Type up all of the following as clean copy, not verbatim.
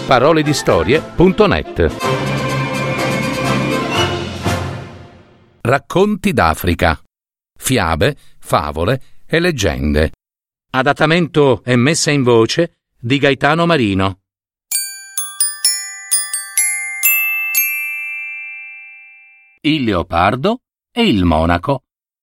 paroledistorie.net. Racconti d'Africa. Fiabe, favole e leggende. Adattamento e messa in voce di Gaetano Marino. Il leopardo e il monaco.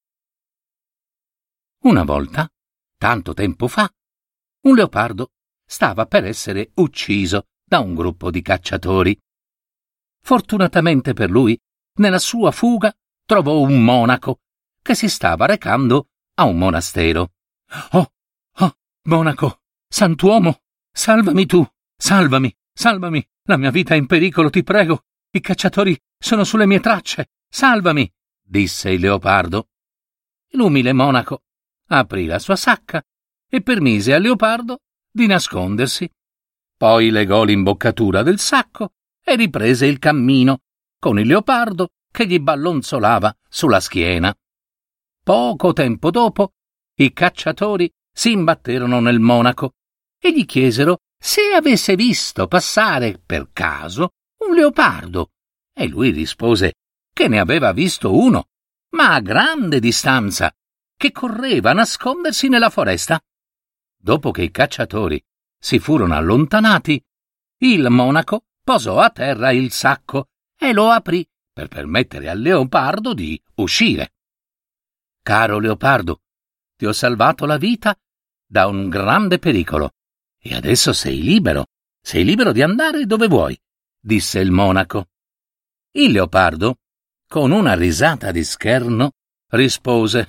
Una volta, tanto tempo fa, un leopardo stava per essere ucciso da un gruppo di cacciatori. Fortunatamente per lui, nella sua fuga trovò un monaco che si stava recando a un monastero. Oh, monaco, santuomo, salvami tu, salvami, la mia vita è in pericolo, ti prego, i cacciatori sono sulle mie tracce, salvami, disse il leopardo. L'umile monaco aprì la sua sacca e permise al leopardo di nascondersi. Poi legò l'imboccatura del sacco e riprese il cammino, con il leopardo che gli ballonzolava sulla schiena. Poco tempo dopo, i cacciatori si imbatterono nel monaco e gli chiesero se avesse visto passare per caso un leopardo, e lui rispose che ne aveva visto uno, ma a grande distanza, che correva a nascondersi nella foresta. Dopo che i cacciatori si furono allontanati, il monaco posò a terra il sacco e lo aprì per permettere al leopardo di uscire. Caro leopardo, ti ho salvato la vita da un grande pericolo e adesso sei libero di andare dove vuoi, disse il monaco. Il leopardo, con una risata di scherno, rispose: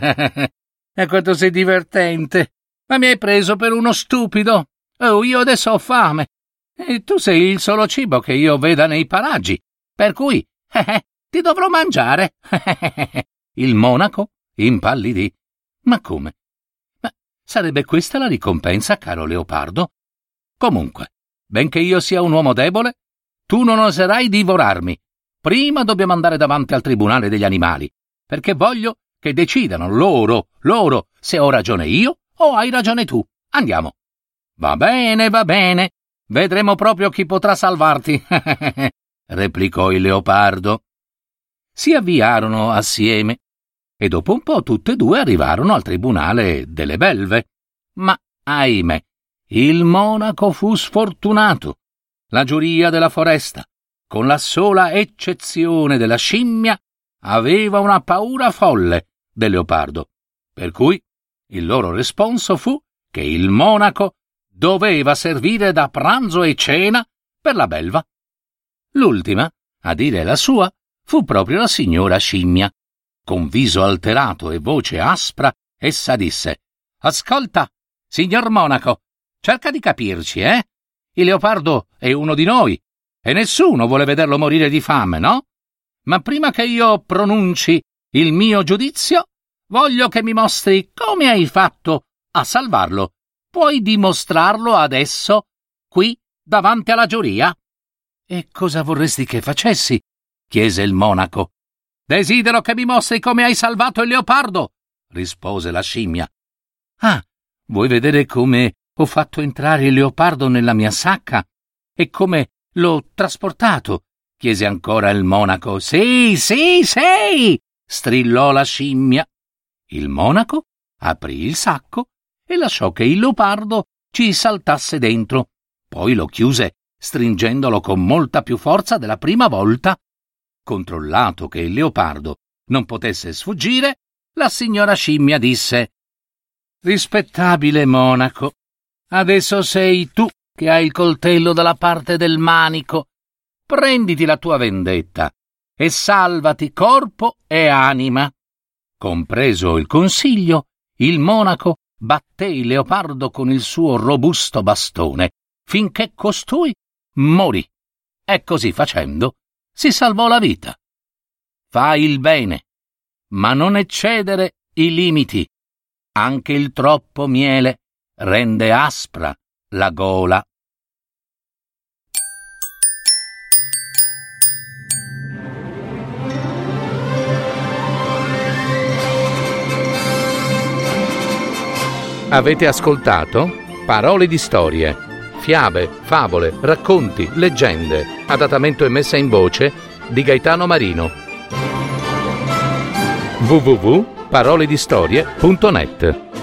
«E quanto sei divertente! Ma mi hai preso per uno stupido! Oh, io adesso ho fame! E tu sei il solo cibo che io veda nei paraggi, per cui ti dovrò mangiare!» Il monaco impallidì. «Ma come? Ma sarebbe questa la ricompensa, caro leopardo? Comunque, benché io sia un uomo debole, tu non oserai divorarmi. Prima dobbiamo andare davanti al tribunale degli animali, perché voglio che decidano loro se ho ragione io o hai ragione tu. Andiamo!» Va bene, vedremo proprio chi potrà salvarti», replicò il leopardo. Si avviarono assieme e dopo un po' tutte e due arrivarono al tribunale delle belve. Ma, ahimè, il monaco fu sfortunato. La giuria della foresta, con la sola eccezione della scimmia, aveva una paura folle del leopardo, per cui il loro responso fu che il monaco doveva servire da pranzo e cena per la belva. L'ultima, a dire la sua, fu proprio la signora scimmia. Con viso alterato e voce aspra, essa disse: «Ascolta, signor monaco, cerca di capirci, eh? Il leopardo è uno di noi e nessuno vuole vederlo morire di fame, no? Ma prima che io pronunci il mio giudizio, voglio che mi mostri come hai fatto a salvarlo. Puoi dimostrarlo adesso, qui, davanti alla giuria?» «E cosa vorresti che facessi?» chiese il monaco. «Desidero che mi mostri come hai salvato il leopardo», rispose la scimmia. «Ah, vuoi vedere come ho fatto entrare il leopardo nella mia sacca e come l'ho trasportato?» chiese ancora il monaco. Sì, strillò la scimmia. Il monaco aprì il sacco e lasciò che il leopardo ci saltasse dentro. Poi lo chiuse, stringendolo con molta più forza della prima volta. Controllato che il leopardo non potesse sfuggire, la signora scimmia disse: «Rispettabile monaco, adesso sei tu che hai il coltello dalla parte del manico. Prenditi la tua vendetta e salvati corpo e anima». Compreso il consiglio, il monaco batté il leopardo con il suo robusto bastone finché costui morì e così facendo si salvò la vita. Fai il bene, ma non eccedere i limiti. Anche il troppo miele rende aspra la gola. Avete ascoltato Parole di Storie, fiabe, favole, racconti, leggende. Adattamento e messa in voce di Gaetano Marino. www.paroledistorie.net